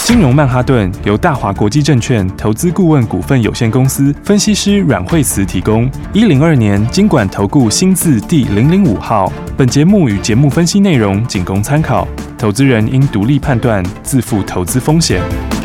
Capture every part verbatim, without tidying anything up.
金融曼哈顿由大华国际证券投资顾问股份有限公司分析师阮惠慈提供。一零二年金管投顾新字第零零五号。本节目与节目分析内容仅供参考，投资人应独立判断，自负投资风险。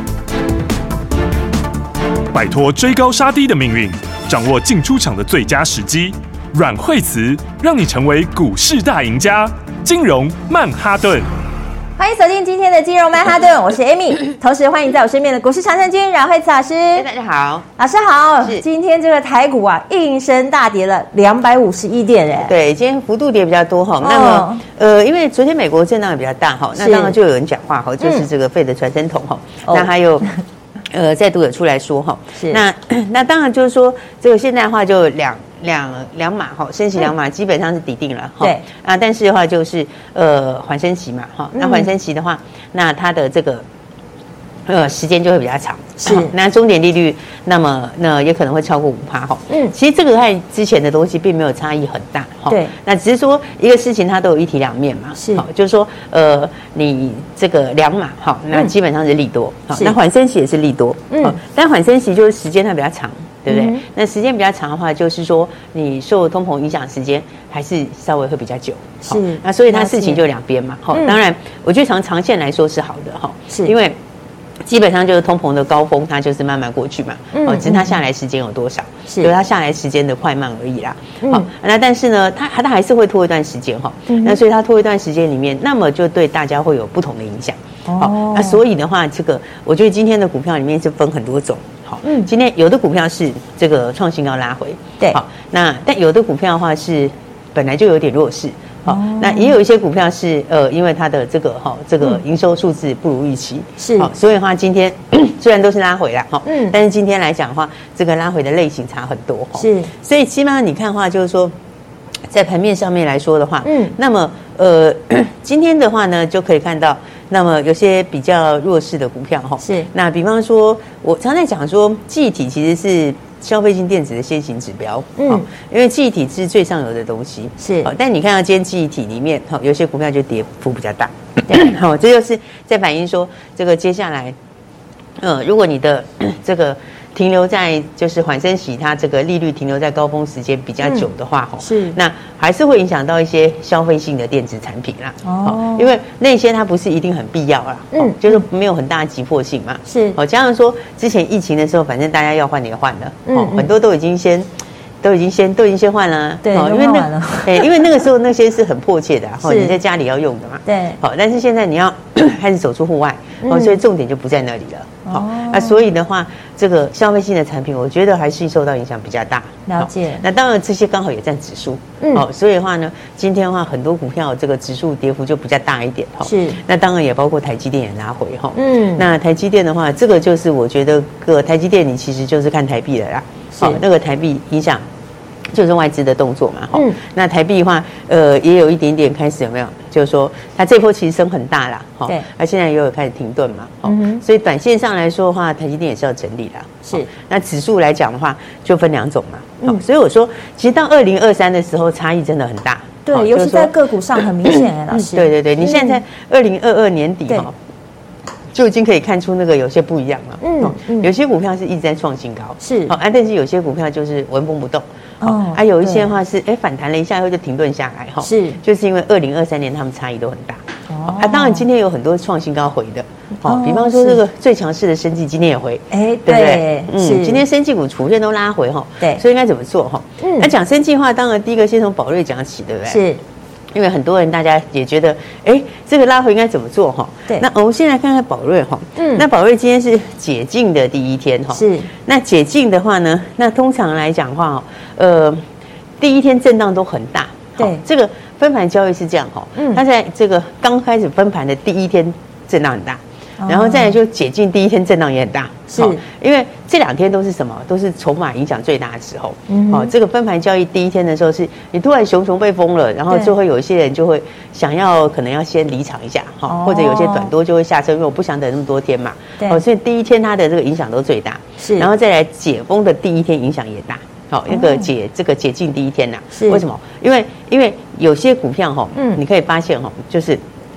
摆脱追高杀低的命运，掌握进出场的最佳时机。阮惠慈让你成为股市大赢家。金融曼哈顿。 欢迎锁定今天的金融曼哈顿，我是 Amy， 同时欢迎在我身边的股市常胜军阮惠慈老师。 大家好， 老师好。今天这个台股啊，应声大跌了两百五十一点，哎， 对，今天幅度跌比较多哈。哦、那么，呃，因为昨天美国震荡也比较大哈，那当然就有人讲话哈，就是这个费的传声筒哈，嗯、那还有。呃，再度有出来说哈，那那当然就是说，这个现在的话就两两两码哈，升息两码基本上是底定了哈。对啊，但是的话就是呃缓升息嘛哈，那缓升息的话，那它的这个呃时间就会比较长，是那终点利率，那么那也可能会超过五趴哈。嗯，其实这个和之前的东西并没有差异很大哈。对，那只是说一个事情它都有一体两面嘛，是，就是说呃你这个两码哈，那基本上是利多，好，那缓升息也是利多，嗯，但缓升息就是时间它比较长。对不对？嗯、那时间比较长的话，就是说你受通膨影响时间还是稍微会比较久。是，那所以它事情就两边嘛。好、嗯，当然，我觉得从长线来说是好的哈，是因为基本上就是通膨的高峰，它就是慢慢过去嘛。嗯，哦，只是它下来时间有多少，是，就是它下来时间的快慢而已啦。好、嗯，那但是呢，它它还是会拖一段时间哈。嗯、那所以它拖一段时间里面，那么就对大家会有不同的影响。好、哦，那所以的话，这个我觉得今天的股票里面是分很多种。嗯，今天有的股票是这个创新高拉回，对，好，那但有的股票的话是本来就有点弱势，好，哦、那也有一些股票是呃，因为它的这个哈这个营收数字不如预期，是，好，所以的话今天虽然都是拉回啦，哈，嗯，但是今天来讲的话，这个拉回的类型差很多，是，所以基本上你看的话，就是说在盘面上面来说的话，嗯，那么呃今天的话呢，就可以看到。那么有些比较弱势的股票哈，是那比方说，我常在讲说，记忆体其实是消费性电子的先行指标，嗯，因为记忆体是最上游的东西，是，但你看到今天记忆体里面，哈，有些股票就跌幅比较大，对，好，这就是在反映说，这个接下来，呃，如果你的这个。停留在就是缓升息，它这个利率停留在高峰时间比较久的话，嗯、是那还是会影响到一些消费性的电子产品啦。哦，因为那些它不是一定很必要啦，嗯，就是没有很大的急迫性嘛。是哦，加上说之前疫情的时候，反正大家要换也换了，嗯，哦，很多都已经先。都已经先都已经先换了，对，哦、因为那对，因为那个时候那些是很迫切的，哈，你在家里要用的嘛，对，好，但是现在你要开始走出户外，哦，所以重点就不在那里了，好、哦，那所以的话，这个消费性的产品，我觉得还是受到影响比较大。了解，那当然这些刚好也占指数，嗯，好、哦，所以的话呢，今天的话很多股票这个指数跌幅就比较大一点，哈、哦，是，那当然也包括台积电也拉回，哈、哦，嗯，那台积电的话，这个就是我觉得个台积电你其实就是看台币了啦，好、哦，那个台币影响。就是外资的动作嘛，哈、嗯，那台币的话，呃，也有一点点开始有没有？就是说，它这波其实升很大啦，哈，对，它现在也有开始停顿嘛，嗯，所以短线上来说的话，台积电也是要整理啦，是。那指数来讲的话，就分两种嘛，嗯，所以我说，其实到二零二三的时候，差异真的很大， 对，尤其在个股上很明显哎，老师， 对对对，你现在在二零二二年底哈。就已经可以看出那个有些不一样了，嗯，嗯有些股票是一直在创新高，是，好、哦、啊，但是有些股票就是纹风不动，哦，啊，有一些的话是哎反弹了一下以后就停顿下来，哈、哦，是，就是因为二零二三年他们差异都很大，哦，啊，当然今天有很多创新高回的，哦，比方说这个最强势的生技今天也回，哎，对不对？嗯，今天生技股普遍都拉回哈，对，所以应该怎么做哈？嗯，那讲生技的话，当然第一个先从宝瑞讲起，对不对？是。因为很多人大家也觉得，哎，这个拉回应该怎么做哈？对，那我们先来看看宝瑞哈。嗯，那宝瑞今天是解禁的第一天哈。是。那解禁的话呢，那通常来讲的话，呃，第一天震荡都很大。对，这个分盘交易是这样哈。嗯。它在这个刚开始分盘的第一天震荡很大。然后再来就解禁第一天震荡也很大，是因为这两天都是什么？都是筹码影响最大的时候。嗯，哦，这个分盘交易第一天的时候是，你突然熊熊被封了，然后就会有一些人就会想要可能要先离场一下，哈、哦，或者有些短多就会下车，因为我不想等那么多天嘛。对，哦，所以第一天它的这个影响都最大。是，然后再来解封的第一天影响也大。好，那个解这个解禁第一天呐、啊，是为什么？因为因为有些股票哈，嗯，你可以发现哈，就是。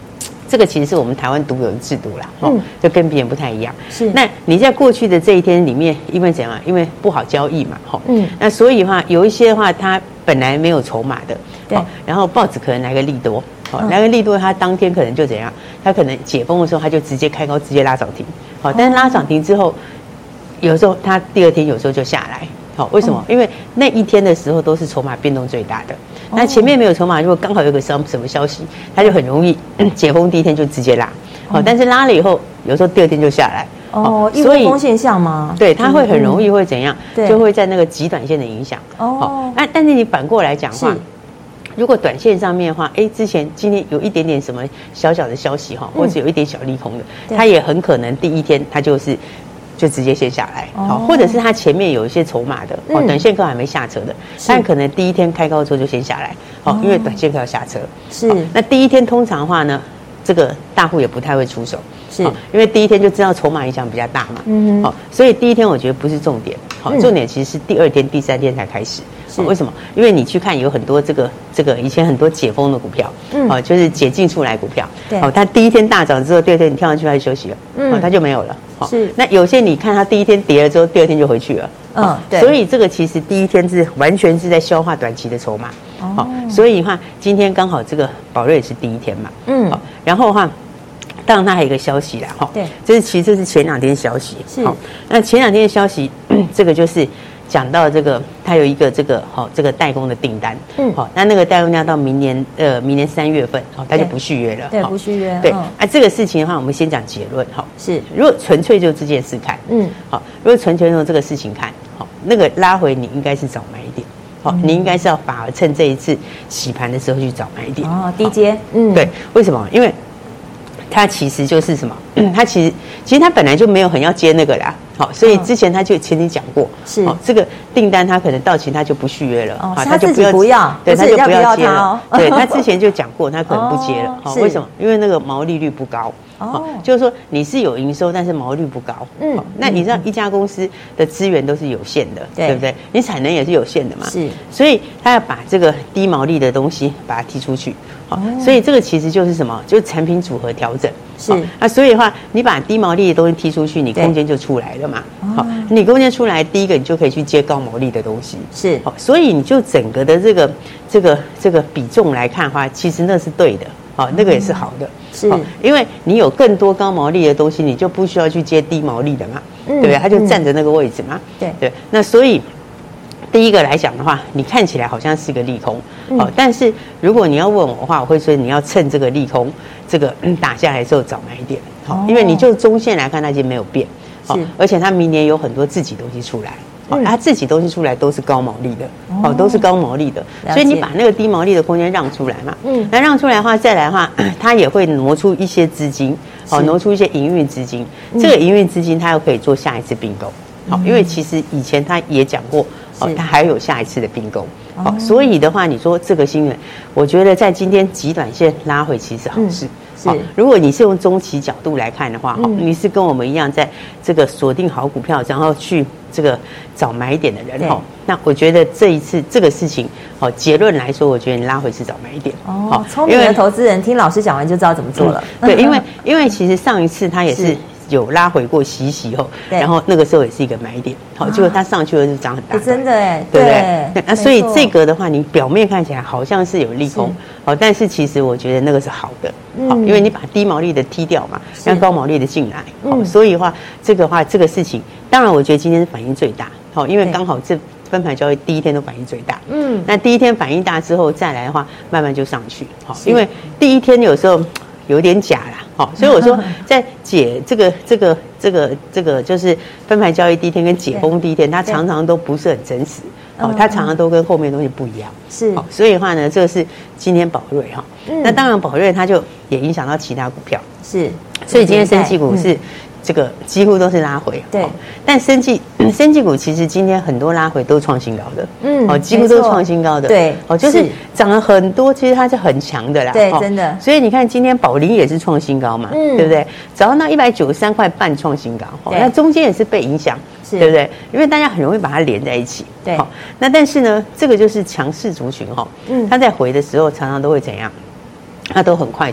这个其实是我们台湾独有的制度啦，哦，嗯、就跟别人不太一样。 是， 那你在过去的这一天里面，因为怎样？因为不好交易嘛，哈、哦，嗯，那所以的话，有一些的话，它本来没有筹码的， 对、哦， 然后报纸可能来个利多，好、哦，来个利多，它当天可能就怎样？它可能解封的时候，它就直接开高，直接拉涨停，好、哦，但是拉涨停之后，有时候它第二天有时候就下来。好，为什么？因为那一天的时候都是筹码变动最大的，那前面没有筹码，如果刚好有个什么什么消息，它就很容易解封第一天就直接拉。好，但是拉了以后，有时候第二天就下来。 哦，一窝蜂现象吗？ 对，它会很容易会怎样？就会在那个极短线的影响。哦，那但是你反过来讲话，如果短线上面的话，哎，之前今天有一点点什么小小的消息哈，或者有一点小利空的，它也很可能第一天它就是。就直接先下来，好、哦，或者是它前面有一些筹码的，哦，短线客还没下车的，但可能第一天开高之后就先下来，好、哦，因为短线客要下车， 是、哦。 那第一天通常的话呢，这个大户也不太会出手， 是、 哦，因为第一天就知道筹码影响比较大嘛，嗯好、哦，所以第一天我觉得不是重点，好、哦，嗯、重点其实是第二天、第三天才开始。哦、为什么？因为你去看有很多这个这个以前很多解封的股票，嗯，哦，就是解禁出来股票，对，哦，它第一天大涨之后，第二天你跳上去它就休息了，嗯，哦，它就没有了，哦、是。那有些你看它第一天跌了之后，第二天就回去了，嗯，对。所以这个其实第一天是完全是在消化短期的筹码，哦，哦所以的话今天刚好这个宝瑞也是第一天嘛，嗯，哦，然后的话。当然，它还有一个消息啦，哈，对，这是其实这是前两天消息，是。好，那前两天的消息，这个就是讲到这个，它有一个这个好这个代工的订单，嗯，好，那那个代工要到明年呃明年三月份，好，它就不续约了， 对，不续约， 对。啊，这个事情的话，我们先讲结论，好， 是。 如果纯粹就这件事看，嗯，好，如果纯粹用这个事情看，好，那个拉回你应该是早买一点。好，你应该是要反而趁这一次洗盘的时候去早买一点， 哦，低接，嗯， 对，为什么？因为它其实就是什么？它其实其实它本来就没有很要接那个啦，好，所以之前他就前天讲过，是哦，这个订单他可能到期他就不续约了， 哦，他就不要不要， 对，他就不要接了，对他之前就讲过，他可能不接了，好，为什么？因为那个毛利率不高。哦，就是说你是有营收，但是毛利不高。嗯，那你知道一家公司的资源都是有限的，对不对？你产能也是有限的嘛。是，所以他要把这个低毛利的东西把它踢出去。好，所以这个其实就是什么？就是产品组合调整。是，那所以的话，你把低毛利的东西踢出去，你空间就出来了嘛。好，你空间出来，第一个你就可以去接高毛利的东西。是，好，所以你就整个的这个这个这个比重来看的话，其实那是对的。好，那个也是好的，是，因为你有更多高毛利的东西，你就不需要去接低毛利的嘛，对不对？它就占着那个位置嘛，对对。那所以第一个来讲的话，你看起来好像是个利空，好，但是如果你要问我的话，我会说你要趁这个利空这个打下来之后早买一点，好，因为你就中线来看，它已经没有变，好，而且它明年有很多自己东西出来。哦，它自己东西出来都是高毛利的，哦，都是高毛利的，所以你把那个低毛利的空间让出来嘛，嗯，那让出来的话，再来的话，它也会挪出一些资金，哦，挪出一些营运资金，这个营运资金它又可以做下一次并购，好，因为其实以前他也讲过，哦，它还有下一次的并购，好，所以的话，你说这个新闻，我觉得在今天极短线拉回其实好事。是，如果你是用中期角度来看的话，嗯、你是跟我们一样在这个锁定好股票，然后去这个找买点的人哈，那我觉得这一次这个事情，好结论来说，我觉得你拉回是找买点。 哦，聪明的投资人听老师讲完就知道怎么做了。 嗯、对，因为因为其实上一次他也是。有拉回过洗洗后，然后那个时候也是一个买点，好，结果它上去了就涨很大， 真的哎， 对不对？那所以这个的话，你表面看起来好像是有利空，好，但是其实我觉得那个是好的，好，因为你把低毛利的踢掉嘛，让高毛利的进来，好，所以的话，这个话这个事情，当然我觉得今天是反应最大，好，因为刚好这分盘交易第一天都反应最大，嗯，那第一天反应大之后再来的话，慢慢就上去，好，因为第一天有时候有点假啦。好，所以我说，在解这个、这个、这个、这个，就是分盘交易第一天跟解封第一天，它常常都不是很真实。哦，它常常都跟后面的东西不一样。是，好，所以的话呢，这个是今天宝瑞哈。那当然，宝瑞它就也影响到其他股票。是，所以今天生技股是。这个几乎都是拉回，对，哦、但生技生技股其实今天很多拉回都创新高的，嗯，哦，几乎都创新高的，对，哦，就是涨了很多，其实它是很强的啦， 对，哦、真的。 所以你看今天宝林也是创新高嘛，嗯，对不对？涨到一百九十三块半创新高，哦，那中间也是被影响，对不对？因为大家很容易把它连在一起，对，哦，那但是呢，这个就是强势族群哈，嗯，它在回的时候常常都会怎样？它都很快速，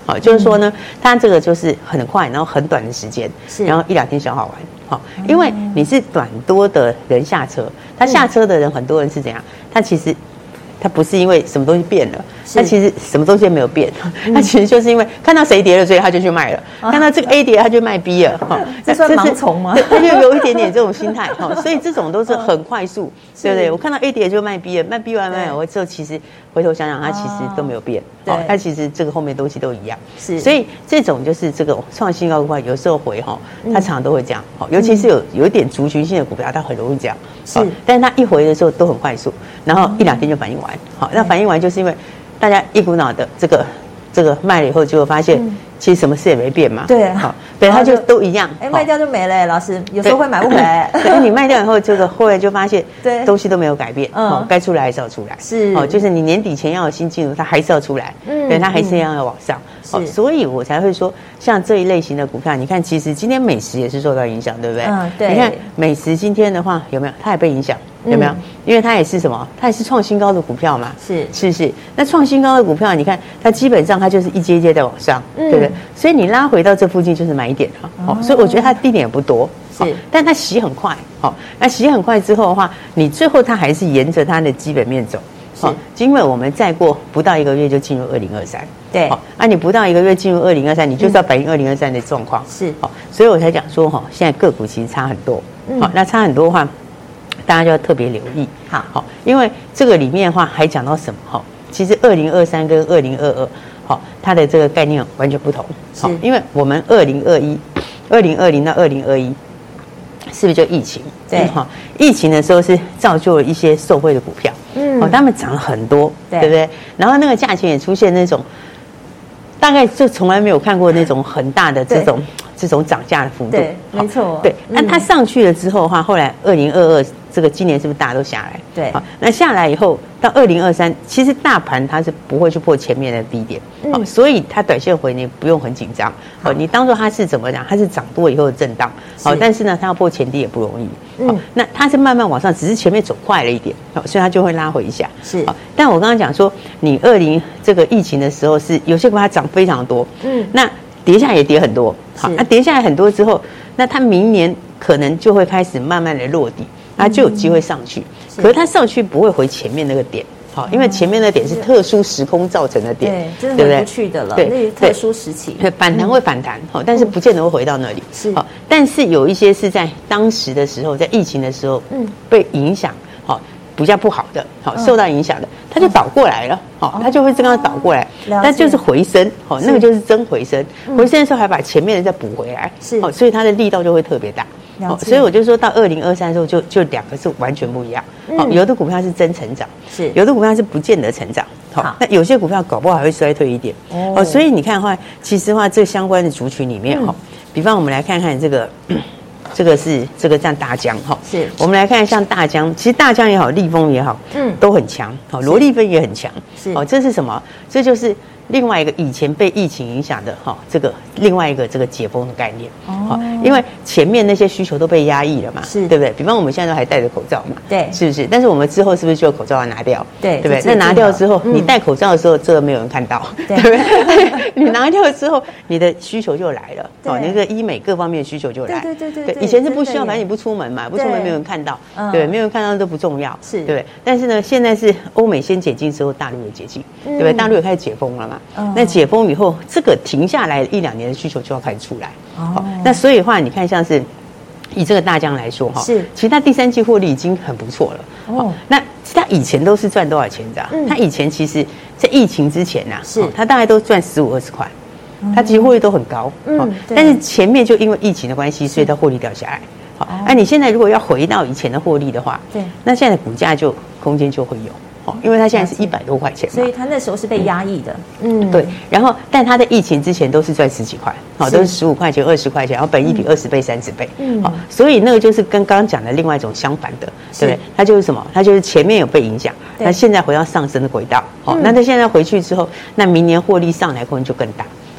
好，就是说呢，它这个就是很快，然后很短的时间，然后一两天消化完。好，因为你是短多的人下车，他下车的人很多人是怎样？他其实他不是因为什么东西变了，他其实什么东西没有变，他其实就是因为看到谁跌了，所以他就去卖了；看到这个 A 跌，他就卖 B 了。哈， 这算盲从吗？ 他就有一点点这种心态。哈，所以这种都是很快速，对不对？我看到 A 跌就卖 B 了，卖 B 完卖完之后，其实回头想想，它其实都没有变。对，它其实这个后面东西都一样。是，所以这种就是这个创新高股票，有时候回哈，它常常都会这样。尤其是有有一点族群性的股票，它很容易这样。是，但是它一回的时候都很快速，然后一两天就反应完。好，那反应完就是因为大家一股脑的这个这个卖了以后，结果发现其实什么事也没变嘛。对，好，对，它就都一样。 哎，卖掉就没了，老师有时候会买不回来。 对，你卖掉以后，这个后来就发现，对，东西都没有改变。哦，该出来还是要出来。是，哦，就是你年底前要有新进入，它还是要出来。嗯，对，它还是要往上。是，所以我才会说，像这一类型的股票，你看，其实今天美食也是受到影响，对不对？嗯，对。你看美食今天的话，有没有？它也被影响。有没有？因为它也是什么？它也是创新高的股票嘛。是是是。那创新高的股票，你看它基本上它就是一阶一阶在往上，对不对？所以你拉回到这附近就是买点了。哦，所以我觉得它低点也不多。是，但它洗很快。好，那洗很快之后的话，你最后它还是沿着它的基本面走。是，因为我们再过不到一个月就进入二零二三。对。好，啊，你不到一个月进入二零二三，你就是要反映二零二三的状况。是。好，所以我才讲说哈，现在个股其实差很多。好，那差很多的话，大家就要特别留意，好，好，因为这个里面的话还讲到什么哈？其实二零二三跟二零二二，好，它的这个概念完全不同，好，因为我们二零二一、二零二零到二零二一，是不是就疫情？对，哈，疫情的时候是造就了一些受惠的股票，嗯，哦，他们涨了很多，对不对？然后那个价钱也出现那种，大概就从来没有看过那种很大的这种。这种涨价的幅度， 对，没错， 对。那它上去了之后的话，后来二零二二这个今年是不是大家都下来？对，好，那下来以后到二零二三，其实大盘它是不会去破前面的低点，好，所以它短线回你不用很紧张，好，你当做它是怎么讲？它是涨多以后的震荡，好，但是呢，它要破前低也不容易，嗯，那它是慢慢往上，只是前面走快了一点，好，所以它就会拉回一下，是。好，但我刚刚讲说，你二零这个疫情的时候是有些股票涨非常多，嗯，那。跌下来也跌很多，好，那、啊、跌下来很多之后，那它明年可能就会开始慢慢的落底，它就有机会上去。可是它上去不会回前面那个点，好，因为前面的点是特殊时空造成的点， 对，真的回不去的了，对，那是特殊时期， 对，反弹会反弹，好，但是不见得会回到那里，是，好，但是有一些是在当时的时候，在疫情的时候，嗯，被影响，好。比较不好的，好受到影响的，它就倒过来了，好，它就会这样倒过来，那就是回升，好，那个就是真回升，回升的时候还把前面的再补回来，是，好，所以它的力道就会特别大，好，所以我就说到二零二三的时候，就就两个是完全不一样，好，有的股票是真成长，是，有的股票是不见得成长，好，那有些股票搞不好还会衰退一点，哦，所以你看的话，其实的话这相关的族群里面，哈，比方我们来看看这个。这个是这个像大江哈，是我们来看像大江，其实大江也好，立丰也好，嗯，都很强，好，罗立芬也很强，是哦，这是什么？这就是另外一个以前被疫情影响的哈，这个另外一个这个解封的概念，哦，因为前面那些需求都被压抑了嘛，是对不对？比方我们现在都还戴着口罩嘛，对，是不是？但是我们之后是不是就有口罩要拿掉？对，对不对？那拿掉之后，你戴口罩的时候，这个没有人看到，对不对？你拿掉之后，你的需求就来了，哦，那个医美各方面的需求就来，对对对对。以前是不需要，反正你不出门嘛，不出门没有人看到，对，没有人看到都不重要，是，对不对？但是呢，现在是欧美先解禁之后，大陆也解禁，对不对？大陆也开始解封了嘛，那解封以后，这个停下来一两年的需求就要开始出来，哦，那所以的话，你看像是以这个大疆来说哈，是，其实它第三季获利已经很不错了，哦，那它以前都是赚多少钱的？它以前其实在疫情之前呐，是，它大概都赚十五二十块。它其实获利都很高，嗯，但是前面就因为疫情的关系，所以它获利掉下来。好，哎，你现在如果要回到以前的获利的话，对，那现在股价就空间就会有，好，因为它现在是一百多块钱嘛， 所以它那时候是被压抑的，嗯， 对。然后，但它在疫情之前都是赚十几块，好，都是十五块钱、二十块钱，然后本益比二十倍、三十倍，嗯，好，所以那个就是跟刚刚讲的另外一种相反的，对不对？它就是什么？它就是前面有被影响，那现在回到上升的轨道，好，那它现在回去之后，那明年获利上来空间就更大。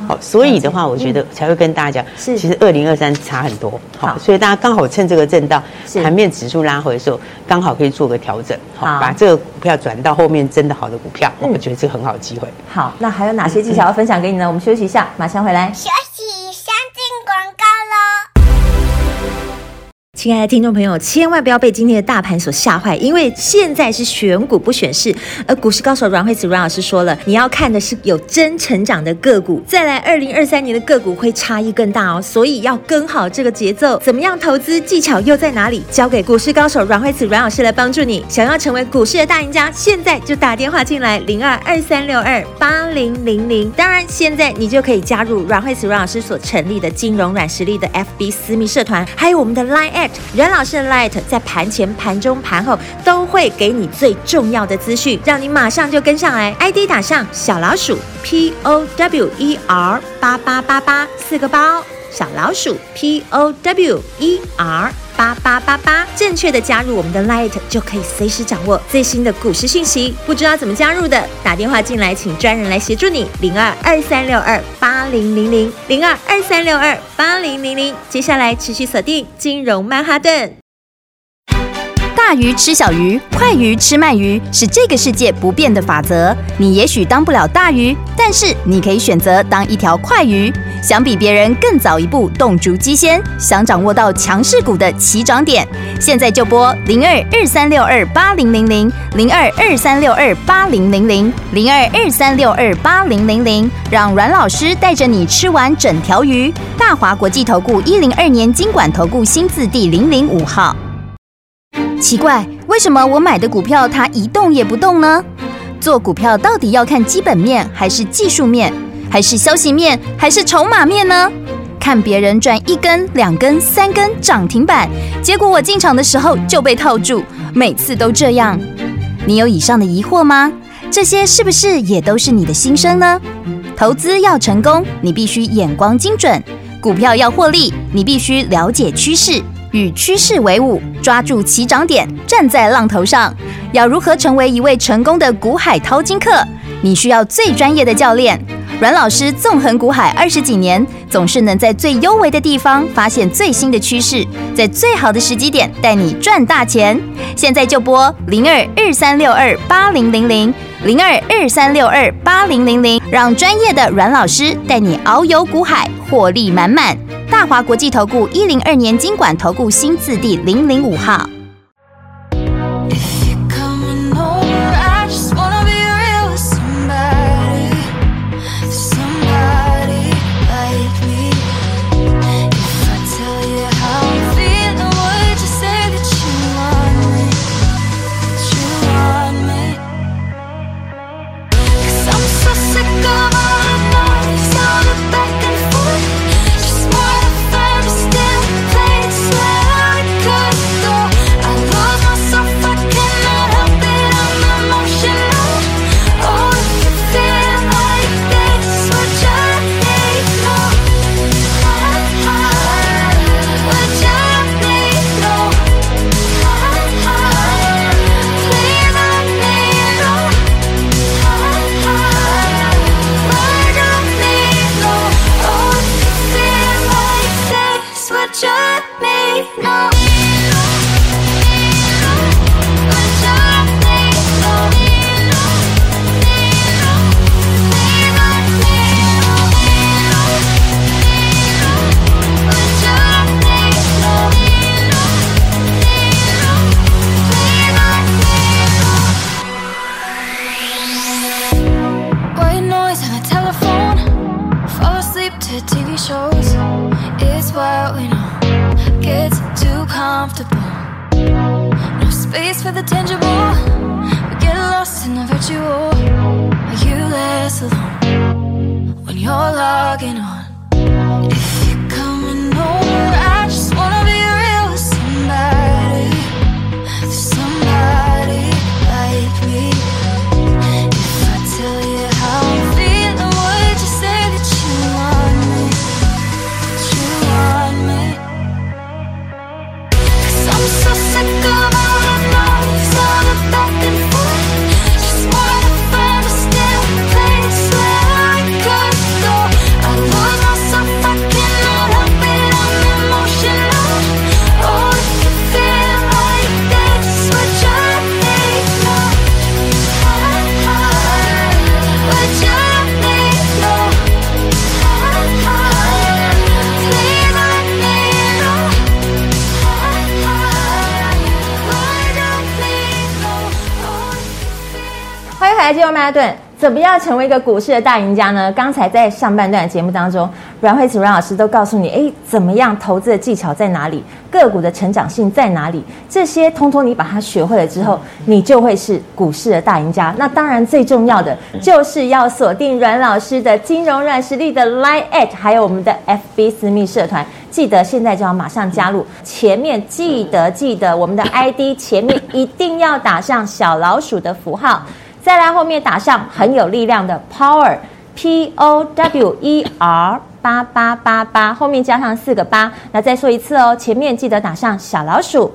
好，所以的话，我觉得才会跟大家讲， 是其实二零二三差很多， 好， 所以大家刚好趁这个震荡，盘面指数拉回的时候，刚好可以做个调整，好，把这个股票转到后面真的好的股票，我觉得这个很好的机会。 好，那还有哪些技巧要分享给你呢？我们休息一下，马上回来。 休息，先进广告喽。 亲爱的听众朋友，千万不要被今天的大盘所吓坏，因为现在是选股不选市。而股市高手阮慧慈阮老师说了，你要看的是有真成长的个股。再来，二零二三年的个股会差异更大哦，所以要跟好这个节奏。怎么样投资技巧又在哪里？交给股市高手阮慧慈阮老师来帮助你。想要成为股市的大赢家，现在就打电话进来零二二三六二八零零零。当然，现在你就可以加入阮慧慈阮老师所成立的金融软实力的 F B 私密社团，还有我们的 Line at。阮老师的 Light 在盘前、盘中、盘后都会给你最重要的资讯，让你马上就跟上来。I D 打上小老鼠 P O W E R 八八八八四个包，小老鼠 P O W E R 八八八八，正确的加入我们的 Light 就可以随时掌握最新的股市讯息。不知道怎么加入的，打电话进来，请专人来协助你。零二二三六二八零零零零二二三六二八零零零。接下来持续锁定金融曼哈顿。 大鱼吃小鱼，快鱼吃慢鱼，是这个世界不变的法则。你也许当不了大鱼，但是你可以选择当一条快鱼。想比别人更早一步动足机先，想掌握到强势股的起涨点，现在就拨零二二三六二八零零零零二二三六二八零零零零二二三六二八零零零，让阮老师带着你吃完整条鱼。大华国际投顾一零二年金管投顾新字第零零五号。奇怪，为什么我买的股票它一动也不动呢？做股票到底要看基本面，还是技术面，还是消息面，还是筹码面呢？看别人赚一根、两根、三根涨停板，结果我进场的时候就被套住，每次都这样。你有以上的疑惑吗？这些是不是也都是你的心声呢？投资要成功，你必须眼光精准；股票要获利，你必须了解趋势。与趋势为伍，抓住起涨点，站在浪头上。要如何成为一位成功的股海淘金客？你需要最专业的教练。阮老师纵横股海二十几年，总是能在最优微的地方发现最新的趋势，在最好的时机点带你赚大钱。现在就拨零二二三六二八零零零零二二三六二八零零零，让专业的阮老师带你遨游股海，获利满满。大华国际投顾一零二年金管投顾新字第零零五号。 I 来，金融曼哈顿怎么样成为一个股市的大赢家呢？刚才在上半段的节目当中，阮慧慈阮老师都告诉你，哎，怎么样投资的技巧在哪里，个股的成长性在哪里，这些通通你把它学会了之后，你就会是股市的大赢家。那当然最重要的就是要锁定阮老师的金融软实力的 Line at， 还有我们的 F B 私密社团，记得现在就要马上加入，前面记得记得我们的 I D 前面一定要打上小老鼠的符号，再来后面打上很有力量的 Power P O W E R 八八八八，后面加上四个八。那再说一次哦，前面记得打上小老鼠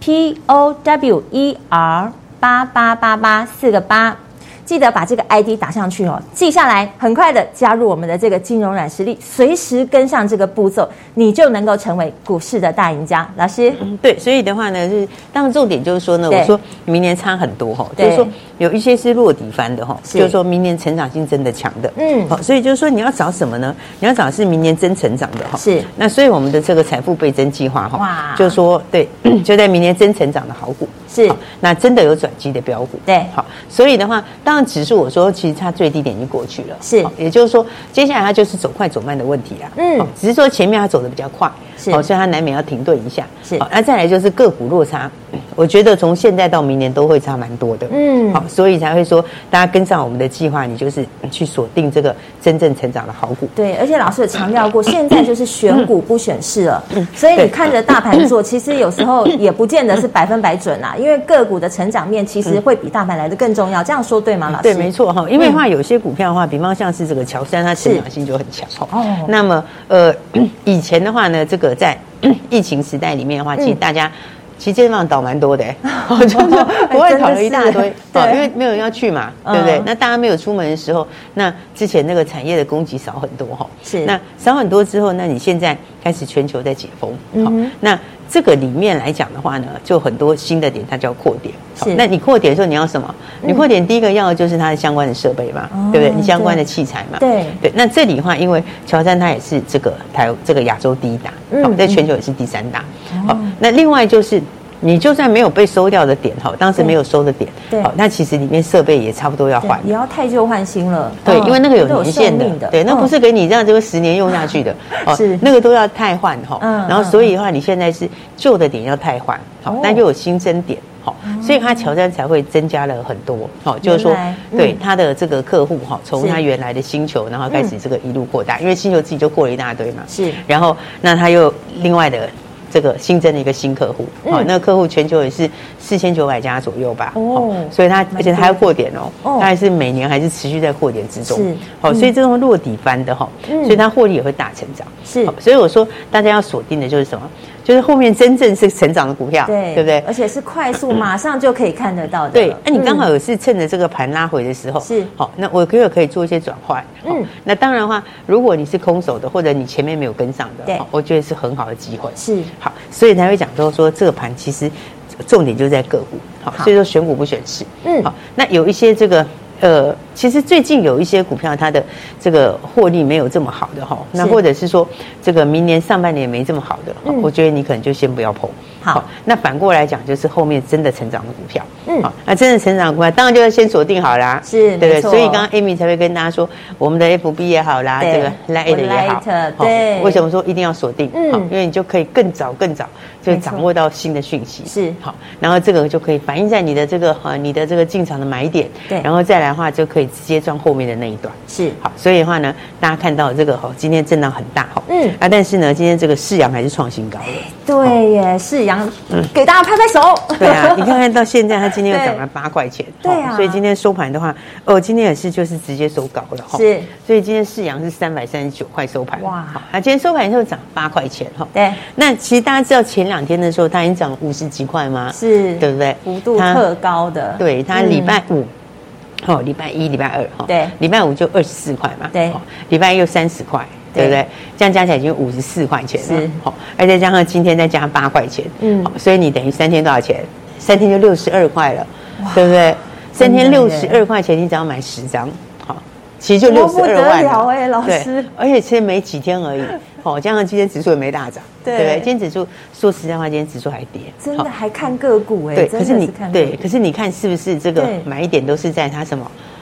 P O W E R 八八八八四个八。记得把这个 I D 打上去哦，记下来，很快的加入我们的这个金融软实力，随时跟上这个步骤，你就能够成为股市的大赢家。老师， 嗯、对，所以的话呢，是当然重点就是说呢，我说明年差很多哈，就是说有一些是落底翻的哈，就是说明年成长性真的强的，嗯，好，所以就是说你要找什么呢？你要找的是明年真成长的哈， 是。 那所以我们的这个财富倍增计划哈，就是说对，就在明年真成长的好股， 是， 那真的有转机的标股， 对， 好，所以的话，当然指数我说其实它最低点已经过去了， 是， 也就是说接下来它就是走快走慢的问题啦，嗯，只是说前面它走的比较快，是，所以它难免要停顿一下，是，那再来就是个股落差，我觉得从现在到明年都会差蛮多的，嗯，好，所以才会说大家跟上我们的计划，你就是去锁定这个真正成长的好股， 对，而且老师有强调过，现在就是选股不选市了，所以你看着大盘做，其实有时候也不见得是百分百准啦，因为个股的成长面其实会比大盘来的更重要，这样说对吗，老师？ 对，没错哈，因为的话有些股票的话，比方像是这个乔山，它成长性就很强哦。那么呃，以前的话呢，这个在疫情时代里面的话，其实大家。其实这地方倒蛮多的、欸，就是国外跑了一大堆，对，因为没有人要去嘛，对不对？那大家没有出门的时候，那之前那个产业的供给少很多哈，是。那少很多之后，那你现在开始全球在解封，好，那这个里面来讲的话呢，就很多新的点，它叫扩点。是。那你扩点的时候，你要什么？你扩点第一个要的就是它的相关的设备嘛，对不对？你相关的器材嘛，对对。那这里的话，因为乔山它也是这个台这个亚洲第一大，好，在全球也是第三大，好。那另外就是。你就算没有被收掉的点哈，当时没有收的点，对，好，那其实里面设备也差不多要换， 也要汰旧换新了。 对，因为那个有年限的，对，那不是给你让这个十年用下去的，是那个都要汰换哈。然后所以的话，你现在是旧的点要汰换，好，但又有新增点，好，所以它乔山才会增加了很多，好，就是说对它的这个客户哈，从它原来的星球，然后开始这个一路扩大，因为星球自己就扩了一大堆嘛，是，然后那它又另外的。这个新增的一个新客户，好、嗯，那个客户全球也是四千九百家左右吧，哦，所以它而且它还要扩点哦，它还是每年还是持续在扩点之中，是，好、嗯，所以这种落底翻的哈，嗯、所以它获利也会大成长，是，所以我说大家要锁定的就是什么？就是后面真正是成长的股票，对，对不对？ 而且是快速，马上就可以看得到的。 对，那你刚好有是趁着这个盘拉回的时候，是好，那我可以可以做一些转换。嗯，那当然的话，如果你是空手的，或者你前面没有跟上的，对，我觉得是很好的机会。是好，所以才会讲说说这个盘其实重点就在个股，好，所以说选股不选市。嗯，好，那有一些这个。呃，其实最近有一些股票，它的这个获利没有这么好的哈，那或者是说这个明年上半年没这么好的，嗯、我觉得你可能就先不要碰。好，那反过来讲，就是后面真的成长的股票，嗯，好，那真的成长的股票，当然就要先锁定好啦，是，对不对？所以刚刚 Amy 才会跟大家说，我们的 F B 也好啦，这个 Line 的也好，对，为什么说一定要锁定？嗯，因为你就可以更早更早就掌握到新的讯息，是好，然后这个就可以反映在你的这个呃你的这个进场的买点，对，然后再来的话就可以直接赚后面的那一段，是好，所以的话呢，大家看到这个哈，今天震荡很大哈，嗯，啊，但是呢，今天这个世阳还是创新高的， 对耶，世阳。嗯，给大家拍拍手。 对啊，你看看到现在，它今天又涨了八块钱。对啊，所以今天收盘的话，哦，今天也是就是直接收高了哈。是，所以今天世阳是三百三十九块收盘。哇，好，那今天收盘之后涨八块钱哈。对，那其实大家知道前两天的时候，它已经涨五十几块吗？是，对不对？ 幅度特高的。 对，它礼拜五。哦，礼拜一、礼拜二哈，对，礼拜五就二十四块嘛，对，礼拜一又三十块，对不对？这样加起来已经五十四块钱了，好，而再加上今天再加八块钱，嗯，好，所以你等于三天多少钱？三天就六十二块了，对不对？三天六十二块钱，你只要买十张，好，其实就六十二万了，哎，老师，而且其实没几天而已。哦，加上今天指数也没大涨，对不对？今天指数说实在话，今天指数还跌， 真的还看个股哎。 对，可是你对，可是你看是不是这个买一点都是在它什么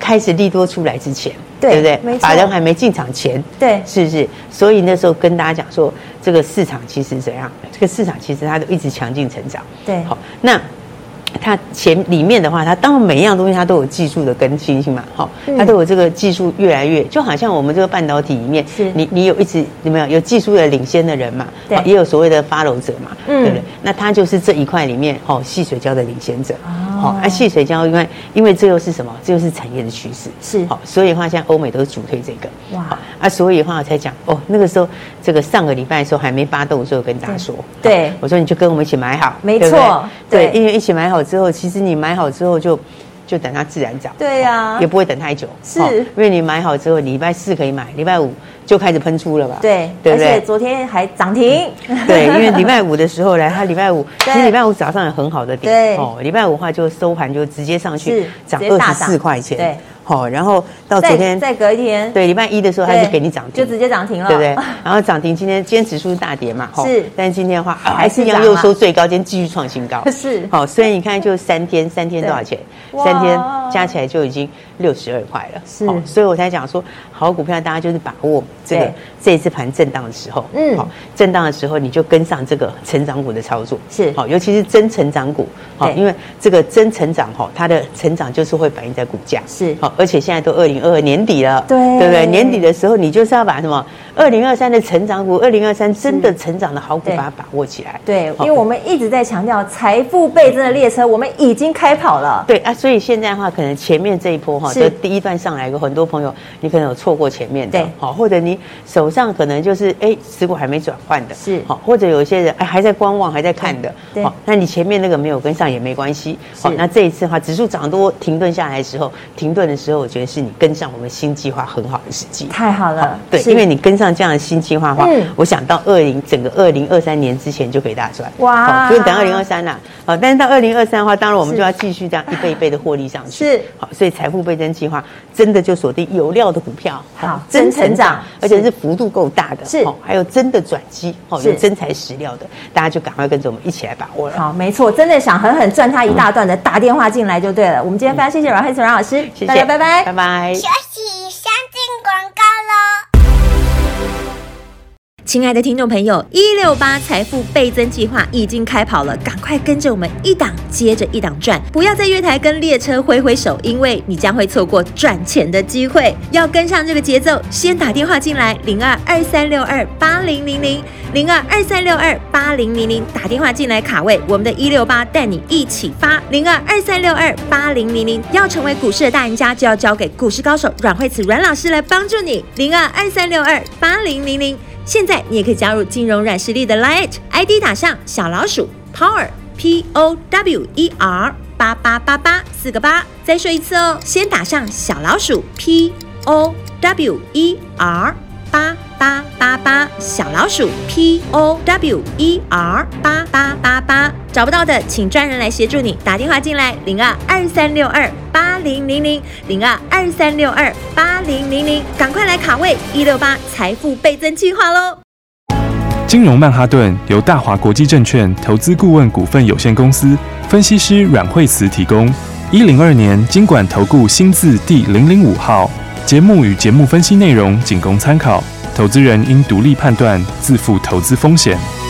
开始利多出来之前， 对， 对不对？ 没错， 法人还没进场前， 对， 是不是？所以那时候跟大家讲说，这个市场其实怎样？这个市场其实它都一直强劲成长。 对， 好，那。它前里面的话，它当然每一样东西它都有技术的更新性嘛，好，它都有这个技术越来越，就好像我们这个半导体里面，是你你有一直有没有有技术的领先的人嘛，对，也有所谓的 follow 者嘛，嗯，对不对？那它就是这一块里面，哦，矽水胶的领先者，哦，啊，矽水胶因为因为这又是什么？这又是产业的趋势，是，好，所以的话，现在欧美都是主推这个，哇，啊，所以的话我才讲，哦，那个时候这个上个礼拜的时候还没发动的时候跟大家说，对，我说你就跟我们一起买好， 没错， 对，因为一起买好之后，其实你买好之后就就等它自然涨， 对呀， 也不会等太久，是，因为你买好之后，礼拜四可以买，礼拜五就开始喷出了吧？对，对不对？而且昨天还涨停， 对，因为礼拜五的时候来，它礼拜五其实礼拜五早上有很好的点，对，哦，礼拜五的话就收盘就直接上去涨二十四块钱，对。好，然后到昨天再隔一天， 对，礼拜一的时候还是给你涨停， 就直接涨停了， 对不对？然后涨停，今天今天指数是大跌嘛，是，但是今天的话还是一样又收最高，今天继续创新高，是。好，所以你看，就三天，三天多少钱？三天加起来就已经六十二块了，是。所以我才讲说，好股票大家就是把握这个这一次盘震荡的时候，嗯，好，震荡的时候你就跟上这个成长股的操作，是。好，尤其是真成长股，好，因为这个真成长哈，它的成长就是会反映在股价，是。好。而且现在都二零二二年底了，对对不对？年底的时候，你就是要把什么二零二三的成长股，二零二三真的成长的好股，把它把握起来。对， 因为我们一直在强调财富倍增的列车，我们已经开跑了。 对啊，所以现在的话，可能前面这一波哈，就第一段上来，有很多朋友你可能有错过前面的，好，或者你手上可能就是哎持股还没转换的，是好，或者有一些人哎还在观望，还在看的，好，那你前面那个没有跟上也没关系，好，那这一次的话，指数涨多停顿下来的时候，停顿的时候。我觉得是你跟上我们新计划很好的时机， 太好了。 对，因为你跟上这样的新计划的话，嗯、我想到二零整个二零二三年之前就可以大赚。哇，不用等二零二三啦。好，但是到二零二三的话，当然我们就要继续这样一倍一倍的获利上去。是，好，所以财富倍增计划真的就锁定有料的股票，好，真成长，而且是幅度够大的，是，还有真的转机，好，有真材实料的，大家就赶快跟着我们一起来把握了。 好，没错，真的想狠狠赚它一大段的，打电话进来就对了。我们今天非常谢谢阮慧慈阮老师，谢谢大家，拜拜。 拜拜。 休息，先进广告喽。 亲爱的听众朋友，一六八财富倍增计划已经开跑了，赶快跟着我们一档接着一档赚，不要在月台跟列车挥挥手，因为你将会错过赚钱的机会。要跟上这个节奏，先打电话进来零二二三六二八零零零零二二三六二八零零零，打电话进来卡位，我们的一六八带你一起发零二二三六二八零零零。要成为股市的大赢家，就要交给股市高手阮慧慈阮老师来帮助你。零二二三六二八零零零。现在你也可以加入金融软实力的 Line I D 打上小老鼠 Power P O W E R 八八八八四个八，再说一次哦，先打上小老鼠 P O W E R 八八八八，小老鼠 P O W E R 八八八八。找不到的，请专人来协助你，打电话进来零二二三六二八零零零零二二三六二八零零零，赶快来卡位一六八财富倍增计划喽！ 金融曼哈顿由大华国际证券投资顾问股份有限公司分析师阮慧慈提供。一零二年金管投顾新字第零零五号。节目与节目分析内容仅供参考，投资人应独立判断，自负投资风险。